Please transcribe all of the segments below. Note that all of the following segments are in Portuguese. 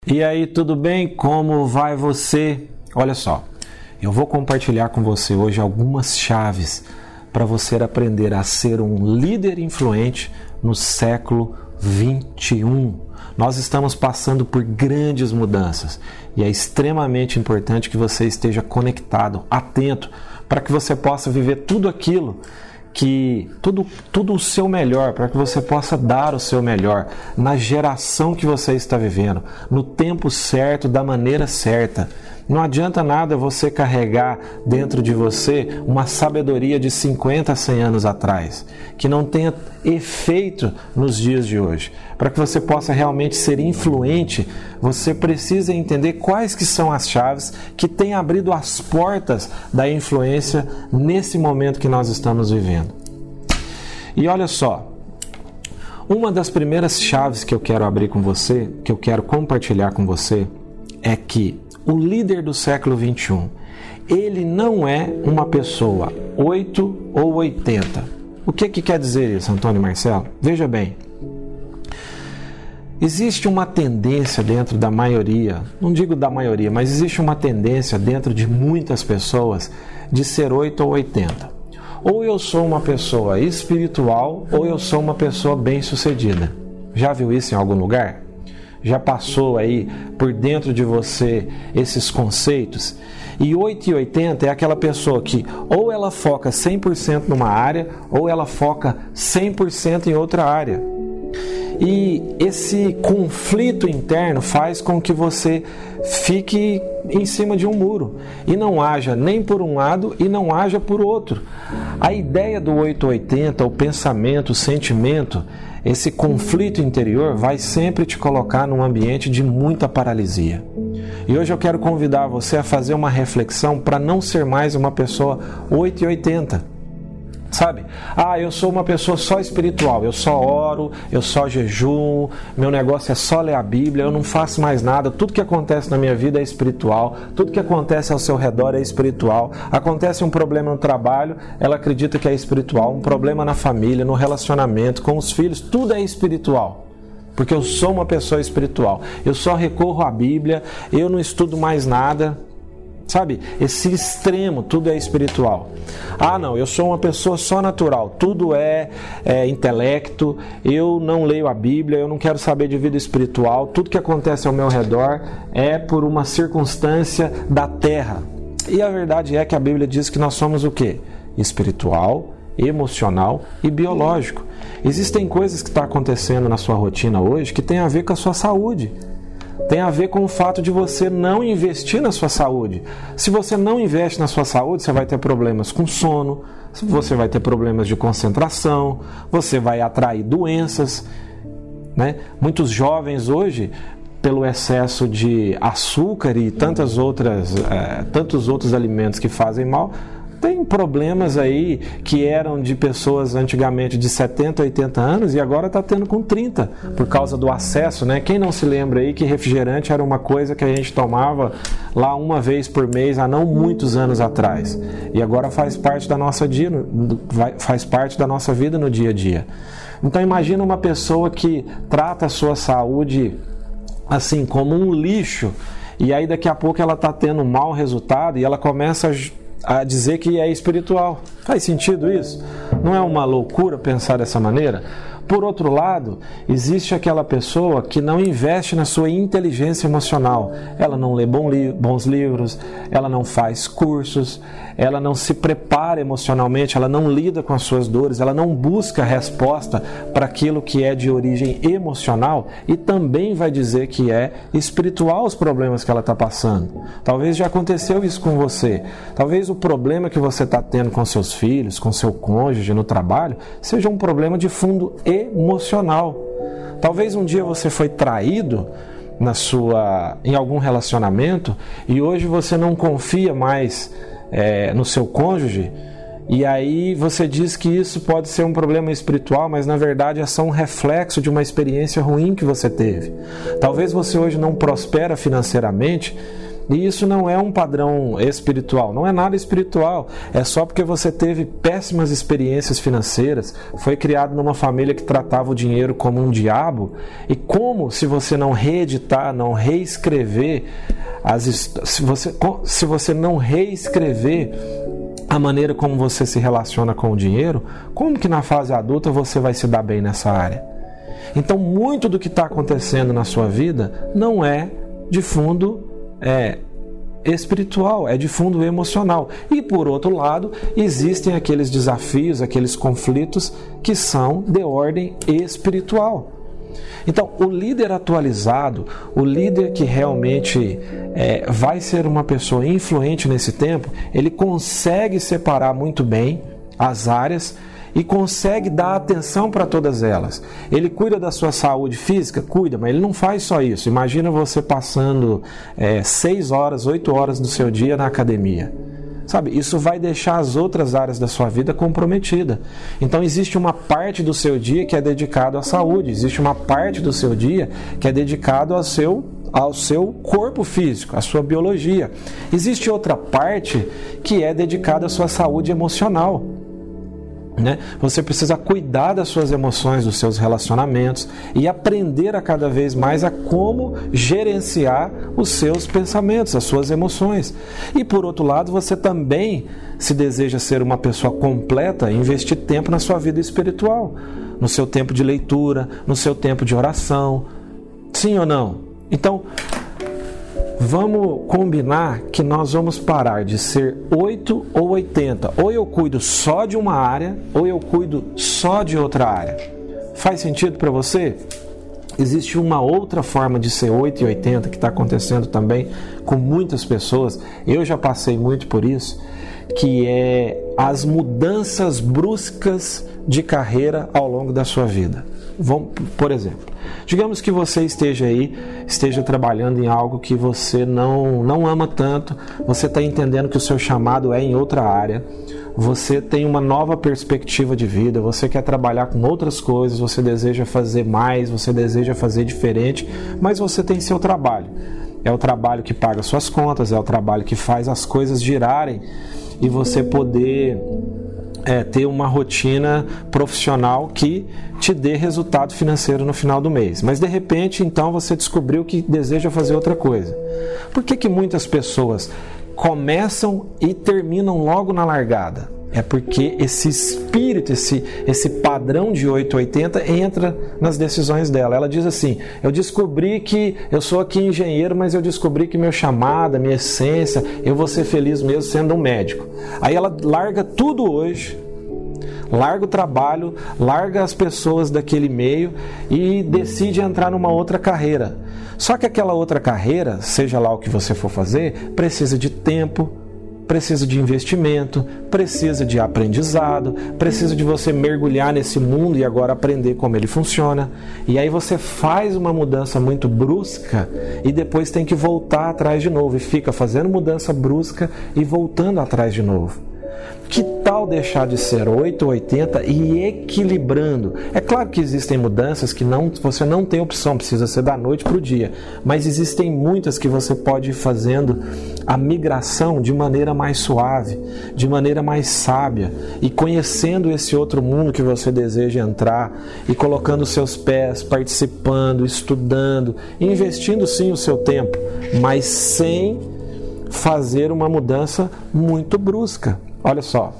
E aí, tudo bem? Como vai você? Olha só, eu vou compartilhar com você hoje algumas chaves para você aprender a ser um líder influente no século 21. Nós estamos passando por grandes mudanças e é extremamente importante que você esteja conectado, atento, para que você possa viver tudo aquilo tudo o seu melhor, para que você possa dar o seu melhor na geração que você está vivendo, no tempo certo, da maneira certa. Não adianta nada você carregar dentro de você uma sabedoria de 50 a 100 anos atrás, que não tenha efeito nos dias de hoje. Para que você possa realmente ser influente, você precisa entender quais que são as chaves que têm abrido as portas da influência nesse momento que nós estamos vivendo. E olha só, uma das primeiras chaves que eu quero abrir com você, que eu quero compartilhar com você, é que o líder do século 21, ele não é uma pessoa 8 ou 80. O que quer dizer isso, Antônio e Marcelo? Veja bem, existe uma tendência dentro da maioria, não digo da maioria, mas existe uma tendência dentro de muitas pessoas de ser 8 ou 80. Ou eu sou uma pessoa espiritual ou eu sou uma pessoa bem-sucedida. Já viu isso em algum lugar? Já passou aí por dentro de você esses conceitos? E 8 e 80 é aquela pessoa que ou ela foca 100% numa área ou ela foca 100% em outra área. E esse conflito interno faz com que você fique em cima de um muro e não haja nem por um lado e não haja por outro. A ideia do 880, o pensamento, o sentimento, esse conflito interior vai sempre te colocar num ambiente de muita paralisia. E hoje eu quero convidar você a fazer uma reflexão para não ser mais uma pessoa 880. Sabe? Eu sou uma pessoa só espiritual, eu só oro, eu só jejuo, meu negócio é só ler a Bíblia, eu não faço mais nada, tudo que acontece na minha vida é espiritual, tudo que acontece ao seu redor é espiritual, acontece um problema no trabalho, ela acredita que é espiritual, um problema na família, no relacionamento, com os filhos, tudo é espiritual. Porque eu sou uma pessoa espiritual, eu só recorro à Bíblia, eu não estudo mais nada. Sabe? Esse extremo, tudo é espiritual. Não, eu sou uma pessoa só natural, tudo é intelecto, eu não leio a Bíblia, eu não quero saber de vida espiritual, tudo que acontece ao meu redor é por uma circunstância da terra. E a verdade é que a Bíblia diz que nós somos o quê? Espiritual, emocional e biológico. Existem coisas que estão acontecendo na sua rotina hoje que tem a ver com a sua saúde. Tem a ver com o fato de você não investir na sua saúde. Se você não investe na sua saúde, você vai ter problemas com sono, você vai ter problemas de concentração, você vai atrair doenças, né? Muitos jovens hoje, pelo excesso de açúcar e tantos outros alimentos que fazem mal, tem problemas aí que eram de pessoas antigamente de 70, 80 anos e agora está tendo com 30, por causa do acesso, né? Quem não se lembra aí que refrigerante era uma coisa que a gente tomava lá uma vez por mês há não muitos anos atrás. E agora faz parte da nossa vida no dia a dia. Então imagina uma pessoa que trata a sua saúde assim como um lixo e aí daqui a pouco ela está tendo um mau resultado e ela começa a dizer que é espiritual. Faz sentido isso? Não é uma loucura pensar dessa maneira? Por outro lado, existe aquela pessoa que não investe na sua inteligência emocional. Ela não lê bons livros, ela não faz cursos, ela não se prepara emocionalmente, ela não lida com as suas dores, ela não busca resposta para aquilo que é de origem emocional e também vai dizer que é espiritual os problemas que ela está passando. Talvez já aconteceu isso com você. Talvez o problema que você está tendo com seus filhos, com seu cônjuge, no trabalho, seja um problema de fundo emocional. Talvez um dia você foi traído em algum relacionamento e hoje você não confia mais no seu cônjuge e aí você diz que isso pode ser um problema espiritual, mas na verdade é só um reflexo de uma experiência ruim que você teve. Talvez você hoje não prospera financeiramente E isso não é um padrão espiritual, não é nada espiritual. É só porque você teve péssimas experiências financeiras, foi criado numa família que tratava o dinheiro como um diabo. E como, se você não reeditar, não reescrever, se você não reescrever a maneira como você se relaciona com o dinheiro, como que na fase adulta você vai se dar bem nessa área? Então, muito do que está acontecendo na sua vida não é de fundo espiritual, é de fundo emocional. E por outro lado, existem aqueles desafios, aqueles conflitos que são de ordem espiritual. Então, o líder atualizado, o líder que realmente vai ser uma pessoa influente nesse tempo, ele consegue separar muito bem as áreas e consegue dar atenção para todas elas. Ele cuida da sua saúde física? Cuida, mas ele não faz só isso. Imagina você passando 6 horas, 8 horas do seu dia na academia. Sabe, isso vai deixar as outras áreas da sua vida comprometida. Então existe uma parte do seu dia que é dedicado à saúde, existe uma parte do seu dia que é dedicado ao seu corpo físico, à sua biologia. Existe outra parte que é dedicada à sua saúde emocional. Você precisa cuidar das suas emoções, dos seus relacionamentos e aprender a cada vez mais a como gerenciar os seus pensamentos, as suas emoções. E por outro lado, você também, se deseja ser uma pessoa completa, investir tempo na sua vida espiritual, no seu tempo de leitura, no seu tempo de oração. Sim ou não? Então, vamos combinar que nós vamos parar de ser 8 ou 80. Ou eu cuido só de uma área, ou eu cuido só de outra área. Faz sentido para você? Existe uma outra forma de ser 8 e 80 que está acontecendo também com muitas pessoas. Eu já passei muito por isso, que é as mudanças bruscas de carreira ao longo da sua vida. Por exemplo, digamos que você esteja trabalhando em algo que você não ama tanto, você está entendendo que o seu chamado é em outra área, você tem uma nova perspectiva de vida, você quer trabalhar com outras coisas, você deseja fazer mais, você deseja fazer diferente, mas você tem seu trabalho. É o trabalho que paga suas contas, é o trabalho que faz as coisas girarem e você poder ter uma rotina profissional que te dê resultado financeiro no final do mês. Mas de repente, então, você descobriu que deseja fazer outra coisa. Por que muitas pessoas começam e terminam logo na largada? É porque esse espírito, esse padrão de 880 entra nas decisões dela. Ela diz assim: eu descobri que eu sou aqui engenheiro, mas eu descobri que meu chamado, minha essência, eu vou ser feliz mesmo sendo um médico. Aí ela larga tudo hoje, larga o trabalho, larga as pessoas daquele meio e decide entrar numa outra carreira. Só que aquela outra carreira, seja lá o que você for fazer, precisa de tempo, precisa de investimento, precisa de aprendizado, precisa de você mergulhar nesse mundo e agora aprender como ele funciona. E aí você faz uma mudança muito brusca e depois tem que voltar atrás de novo e fica fazendo mudança brusca e voltando atrás de novo. Que tal deixar de ser 8 ou 80 e equilibrando? É claro que existem mudanças que você não tem opção, precisa ser da noite para o dia. Mas existem muitas que você pode ir fazendo a migração de maneira mais suave, de maneira mais sábia, e conhecendo esse outro mundo que você deseja entrar, e colocando seus pés, participando, estudando, investindo sim o seu tempo, mas sem fazer uma mudança muito brusca. Olha só,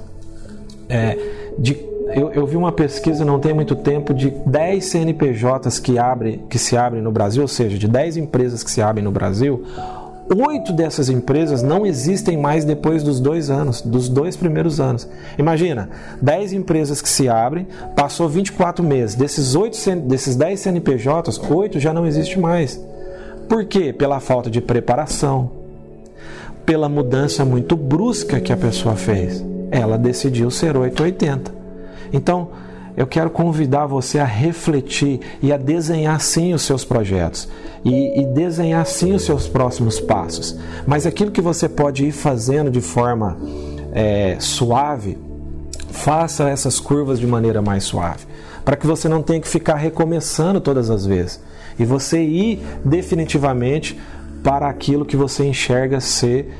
eu vi uma pesquisa não tem muito tempo de 10 CNPJs que se abrem no Brasil, ou seja, de 10 empresas que se abrem no Brasil, 8 dessas empresas não existem mais depois dos 2 anos, dos 2 primeiros anos. Imagina, 10 empresas que se abrem, passou 24 meses, desses 10 CNPJs, 8 já não existem mais. Por quê? Pela falta de preparação, pela mudança muito brusca que a pessoa fez. Ela decidiu ser 880. Então, eu quero convidar você a refletir e a desenhar sim os seus projetos e desenhar sim os seus próximos passos. Mas aquilo que você pode ir fazendo de forma suave, faça essas curvas de maneira mais suave, para que você não tenha que ficar recomeçando todas as vezes e você ir definitivamente para aquilo que você enxerga ser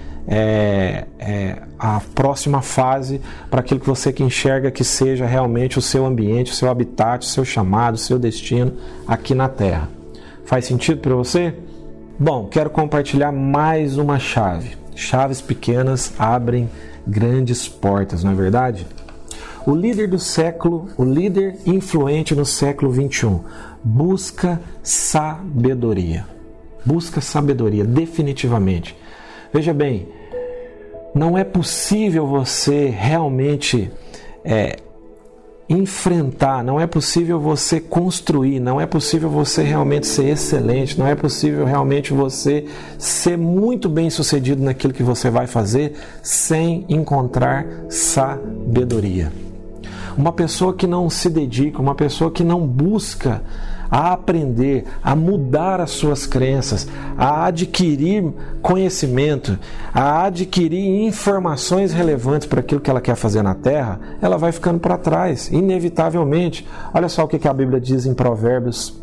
a próxima fase, para aquilo que você enxerga que seja realmente o seu ambiente, o seu habitat, o seu chamado, o seu destino aqui na Terra. Faz sentido para você? Bom, quero compartilhar mais uma chave. Chaves pequenas abrem grandes portas, não é verdade? O líder do século, o líder influente no século 21, busca sabedoria. Busca sabedoria, definitivamente. Veja bem, não é possível você realmente enfrentar, não é possível você construir, não é possível você realmente ser excelente, não é possível realmente você ser muito bem sucedido naquilo que você vai fazer sem encontrar sabedoria. Uma pessoa que não se dedica, uma pessoa que não busca a aprender, a mudar as suas crenças, a adquirir conhecimento, a adquirir informações relevantes para aquilo que ela quer fazer na Terra, ela vai ficando para trás, inevitavelmente. Olha só o que a Bíblia diz em Provérbios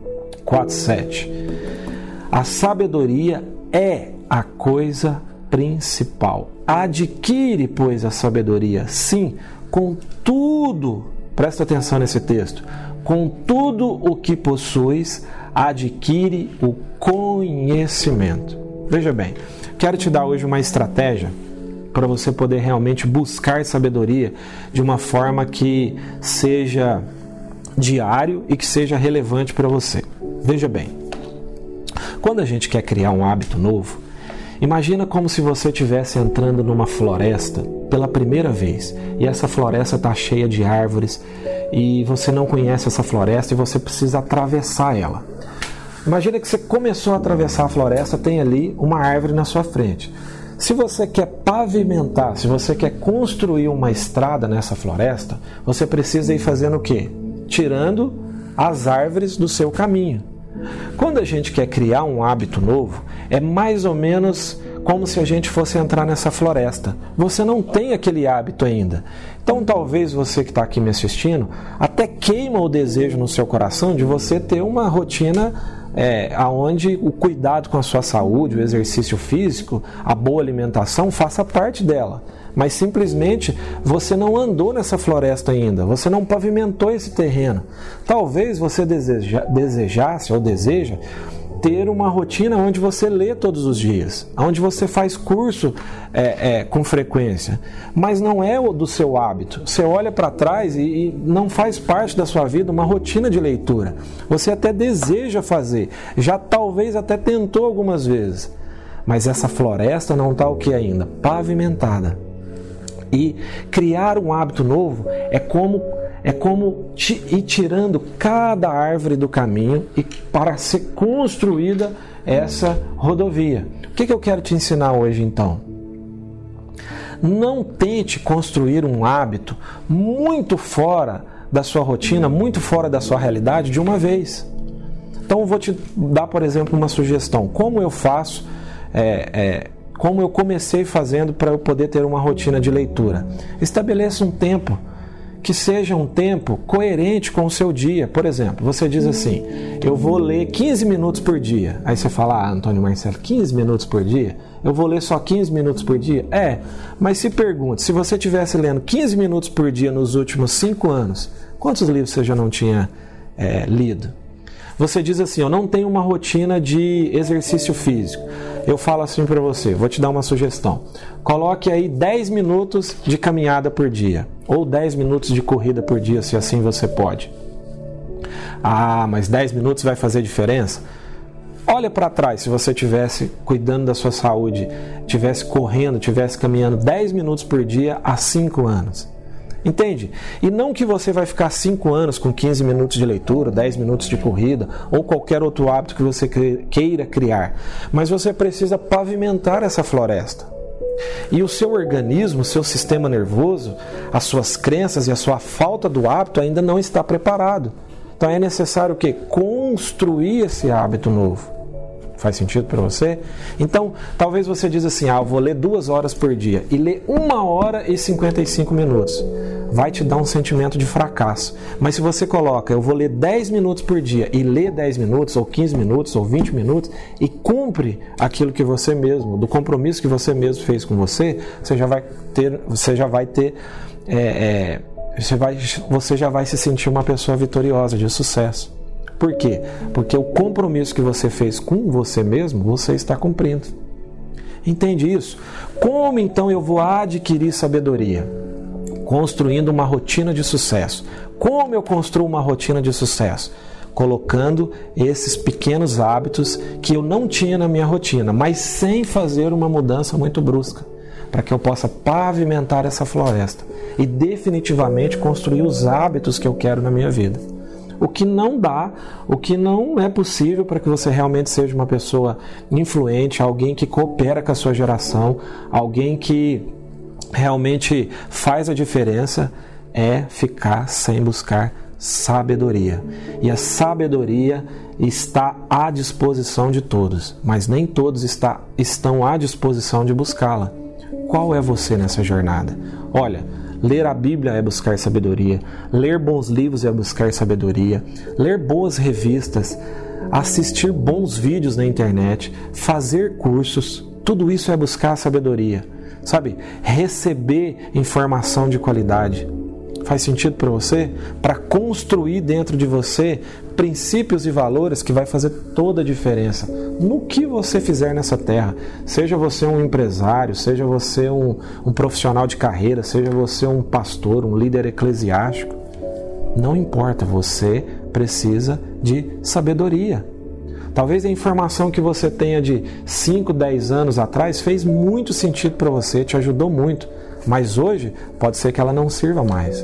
4:7. A sabedoria é a coisa principal. Adquire, pois, a sabedoria, sim, com tudo, presta atenção nesse texto, com tudo o que possuis, adquire o conhecimento. Veja bem, quero te dar hoje uma estratégia para você poder realmente buscar sabedoria de uma forma que seja diário e que seja relevante para você. Veja bem, quando a gente quer criar um hábito novo, imagina como se você estivesse entrando numa floresta pela primeira vez e essa floresta está cheia de árvores e você não conhece essa floresta e você precisa atravessar ela. Imagina que você começou a atravessar a floresta, tem ali uma árvore na sua frente. Se você quer pavimentar, se você quer construir uma estrada nessa floresta, você precisa ir fazendo o quê? Tirando as árvores do seu caminho. Quando a gente quer criar um hábito novo, é mais ou menos como se a gente fosse entrar nessa floresta. Você não tem aquele hábito ainda. Então talvez você que está aqui me assistindo, até queima o desejo no seu coração de você ter uma rotina onde o cuidado com a sua saúde, o exercício físico, a boa alimentação faça parte dela. Mas simplesmente você não andou nessa floresta ainda, você não pavimentou esse terreno. Talvez você desejasse ou deseja ter uma rotina onde você lê todos os dias, onde você faz curso com frequência, mas não é o do seu hábito. Você olha para trás e não faz parte da sua vida uma rotina de leitura. Você até deseja fazer, já talvez até tentou algumas vezes, mas essa floresta não está o que ainda? Pavimentada. E criar um hábito novo é como ir tirando cada árvore do caminho e para ser construída essa rodovia. O que eu quero te ensinar hoje então? Não tente construir um hábito muito fora da sua rotina, muito fora da sua realidade de uma vez. Então eu vou te dar, por exemplo, uma sugestão. Como eu faço... como eu comecei fazendo para eu poder ter uma rotina de leitura. Estabeleça um tempo que seja um tempo coerente com o seu dia. Por exemplo, você diz assim, eu vou ler 15 minutos por dia. Aí você fala, Antônio Marcelo, 15 minutos por dia? Eu vou ler só 15 minutos por dia? Mas se pergunte, se você estivesse lendo 15 minutos por dia nos últimos 5 anos, quantos livros você já não tinha lido? Você diz assim, eu não tenho uma rotina de exercício físico. Eu falo assim para você, vou te dar uma sugestão. Coloque aí 10 minutos de caminhada por dia, ou 10 minutos de corrida por dia, se assim você pode. Mas 10 minutos vai fazer diferença? Olha para trás, se você estivesse cuidando da sua saúde, estivesse correndo, estivesse caminhando 10 minutos por dia há 5 anos. Entende? E não que você vai ficar 5 anos com 15 minutos de leitura, 10 minutos de corrida ou qualquer outro hábito que você queira criar, mas você precisa pavimentar essa floresta. E o seu organismo, o seu sistema nervoso, as suas crenças e a sua falta do hábito ainda não está preparado. Então é necessário o quê? Construir esse hábito novo. Faz sentido para você? Então, talvez você diz assim, eu vou ler 2 horas por dia e ler 1 hora e 55 minutos. Vai te dar um sentimento de fracasso. Mas se você coloca, eu vou ler 10 minutos por dia e ler 10 minutos, ou 15 minutos, ou 20 minutos, e cumpre aquilo que você mesmo, do compromisso que você mesmo fez com você, você já vai se sentir uma pessoa vitoriosa, de sucesso. Por quê? Porque o compromisso que você fez com você mesmo, você está cumprindo. Entende isso? Como então eu vou adquirir sabedoria? Construindo uma rotina de sucesso. Como eu construo uma rotina de sucesso? Colocando esses pequenos hábitos que eu não tinha na minha rotina, mas sem fazer uma mudança muito brusca, para que eu possa pavimentar essa floresta e definitivamente construir os hábitos que eu quero na minha vida. O que não dá, o que não é possível para que você realmente seja uma pessoa influente, alguém que coopera com a sua geração, alguém que realmente faz a diferença, é ficar sem buscar sabedoria. E a sabedoria está à disposição de todos, mas nem todos estão à disposição de buscá-la. Qual é você nessa jornada? Olha, ler a Bíblia é buscar sabedoria, ler bons livros é buscar sabedoria, ler boas revistas, assistir bons vídeos na internet, fazer cursos, tudo isso é buscar sabedoria. Sabe? Receber informação de qualidade. Faz sentido para você? Para construir dentro de você princípios e valores que vai fazer toda a diferença no que você fizer nessa terra. Seja você um empresário, seja você um profissional de carreira, seja você um pastor, um líder eclesiástico. Não importa, você precisa de sabedoria. Talvez a informação que você tenha de 5, 10 anos atrás fez muito sentido para você, te ajudou muito, mas hoje pode ser que ela não sirva mais.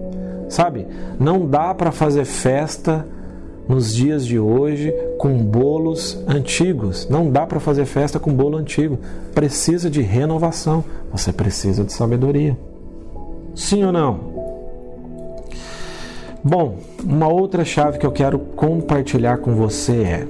Sabe, não dá para fazer festa nos dias de hoje com bolos antigos, não dá para fazer festa com bolo antigo, precisa de renovação, você precisa de sabedoria. Sim ou não? Bom, uma outra chave que eu quero compartilhar com você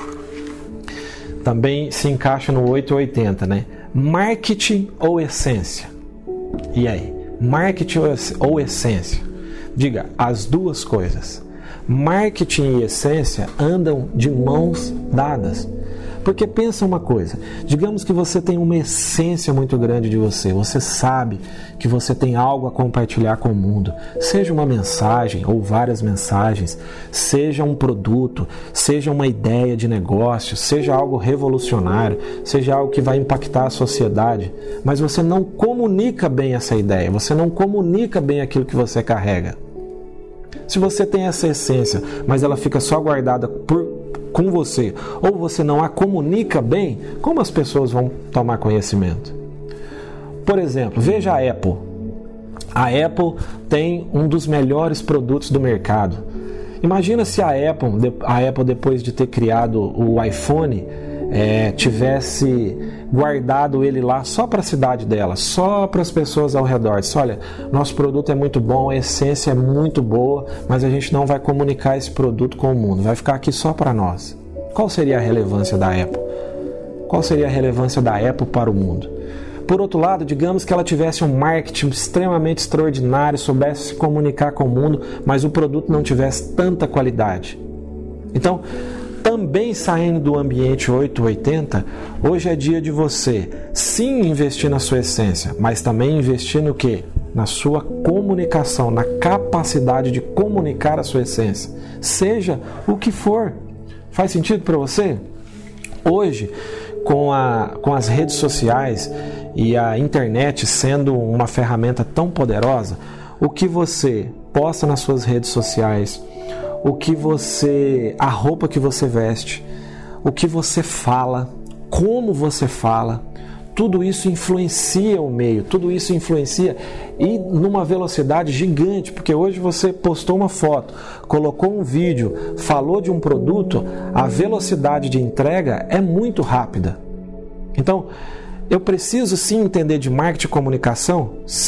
também se encaixa no 880, né? Marketing ou essência? E aí? Marketing ou essência? Diga, as duas coisas. Marketing e essência andam de mãos dadas. Porque pensa uma coisa, digamos que você tem uma essência muito grande de você, você sabe que você tem algo a compartilhar com o mundo, seja uma mensagem ou várias mensagens, seja um produto, seja uma ideia de negócio, seja algo revolucionário, seja algo que vai impactar a sociedade, mas você não comunica bem essa ideia, você não comunica bem aquilo que você carrega. Se você tem essa essência, mas ela fica só guardada com você, ou você não a comunica bem, como as pessoas vão tomar conhecimento? Por exemplo, veja a Apple. A Apple tem um dos melhores produtos do mercado. Imagina se a Apple depois de ter criado o iPhone, tivesse guardado ele lá só para a cidade dela, só para as pessoas ao redor. Disse, olha, nosso produto é muito bom, a essência é muito boa, mas a gente não vai comunicar esse produto com o mundo, vai ficar aqui só para nós. Qual seria a relevância da Apple? Qual seria a relevância da Apple para o mundo? Por outro lado, digamos que ela tivesse um marketing extremamente extraordinário, soubesse se comunicar com o mundo, mas o produto não tivesse tanta qualidade. Então, também saindo do ambiente 880, hoje é dia de você sim investir na sua essência, mas também investir no quê? Na sua comunicação, na capacidade de comunicar a sua essência, seja o que for. Faz sentido para você? Hoje, com as redes sociais e a internet sendo uma ferramenta tão poderosa, o que você posta nas suas redes sociais, a roupa que você veste, o que você fala, como você fala, tudo isso influencia o meio, tudo isso influencia e numa velocidade gigante, porque hoje você postou uma foto, colocou um vídeo, falou de um produto, a velocidade de entrega é muito rápida. Então, eu preciso sim entender de marketing e comunicação? Sim.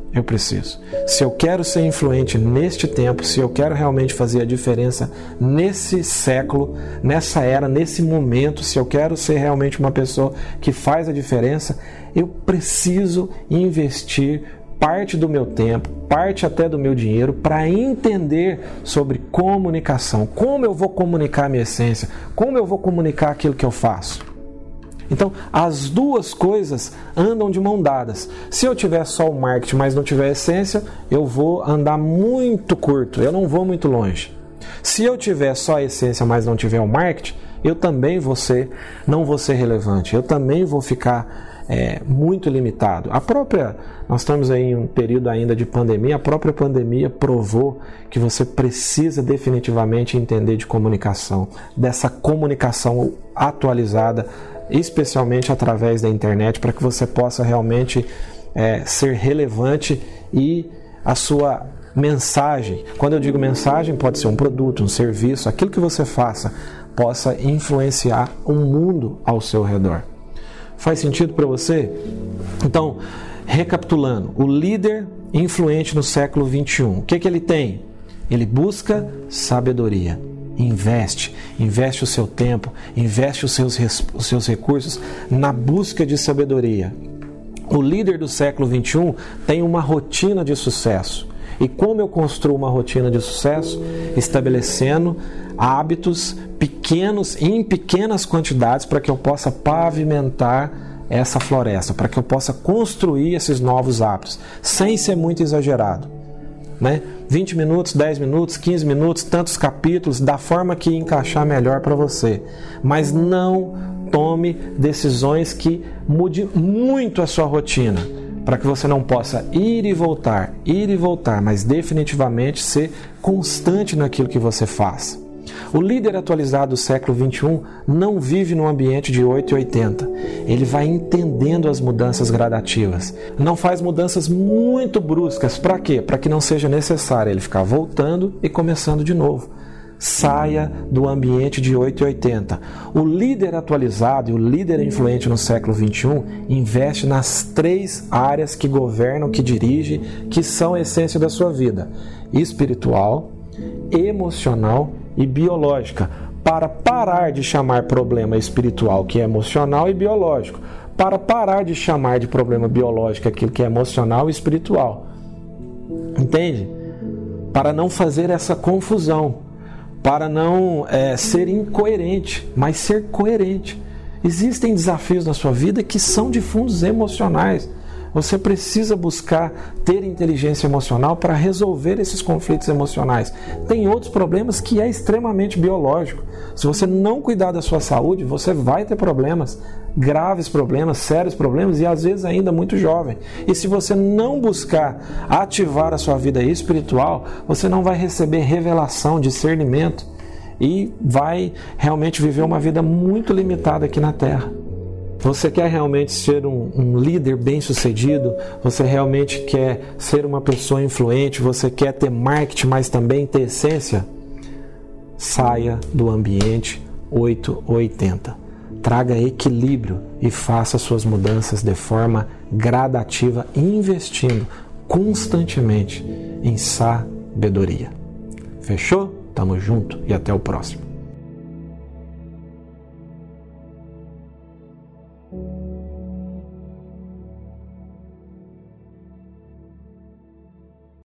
Eu preciso. Se eu quero ser influente neste tempo, se eu quero realmente fazer a diferença nesse século, nessa era, nesse momento, se eu quero ser realmente uma pessoa que faz a diferença, eu preciso investir parte do meu tempo, parte até do meu dinheiro para entender sobre comunicação, como eu vou comunicar a minha essência, como eu vou comunicar aquilo que eu faço. Então, as duas coisas andam de mão dadas. Se eu tiver só o marketing, mas não tiver essência, eu vou andar muito curto, eu não vou muito longe. Se eu tiver só a essência, mas não tiver o marketing, eu também não vou ser relevante, eu também vou ficar muito limitado. Nós estamos aí em um período ainda de pandemia, a própria pandemia provou que você precisa definitivamente entender de comunicação, dessa comunicação atualizada, especialmente através da internet, para que você possa realmente ser relevante e a sua mensagem, quando eu digo mensagem, pode ser um produto, um serviço, aquilo que você faça, possa influenciar o mundo ao seu redor. Faz sentido para você? Então, recapitulando, o líder influente no século 21, o que ele tem? Ele busca sabedoria. Investe o seu tempo, investe os seus recursos na busca de sabedoria. O líder do século 21 tem uma rotina de sucesso. E como eu construo uma rotina de sucesso? Estabelecendo hábitos pequenos, em pequenas quantidades, para que eu possa pavimentar essa floresta, para que eu possa construir esses novos hábitos, sem ser muito exagerado. 20 minutos, 10 minutos, 15 minutos, tantos capítulos, da forma que encaixar melhor para você. Mas não tome decisões que mudem muito a sua rotina, para que você não possa ir e voltar, mas definitivamente ser constante naquilo que você faz. O líder atualizado do século 21 não vive num ambiente de 8 e 80. Ele vai entendendo as mudanças gradativas. Não faz mudanças muito bruscas. Para quê? Para que não seja necessário ele ficar voltando e começando de novo. Saia do ambiente de 8 e 80. O líder atualizado e o líder influente no século 21 investe nas 3 áreas que governam, que dirigem, que são a essência da sua vida: espiritual, emocional e biológica, para parar de chamar problema espiritual que é emocional e biológico, para parar de chamar de problema biológico aquilo que é emocional e espiritual. Entende? Para não fazer essa confusão, para não ser incoerente, mas ser coerente. Existem desafios na sua vida que são de fundos emocionais. Você precisa buscar ter inteligência emocional para resolver esses conflitos emocionais. Tem outros problemas que é extremamente biológico. Se você não cuidar da sua saúde, você vai ter problemas, graves problemas, sérios problemas, e às vezes ainda muito jovem. E se você não buscar ativar a sua vida espiritual, você não vai receber revelação, discernimento, e vai realmente viver uma vida muito limitada aqui na Terra. Você quer realmente ser um líder bem-sucedido? Você realmente quer ser uma pessoa influente? Você quer ter marketing, mas também ter essência? Saia do ambiente 880. Traga equilíbrio e faça suas mudanças de forma gradativa, investindo constantemente em sabedoria. Fechou? Tamo junto e até o próximo.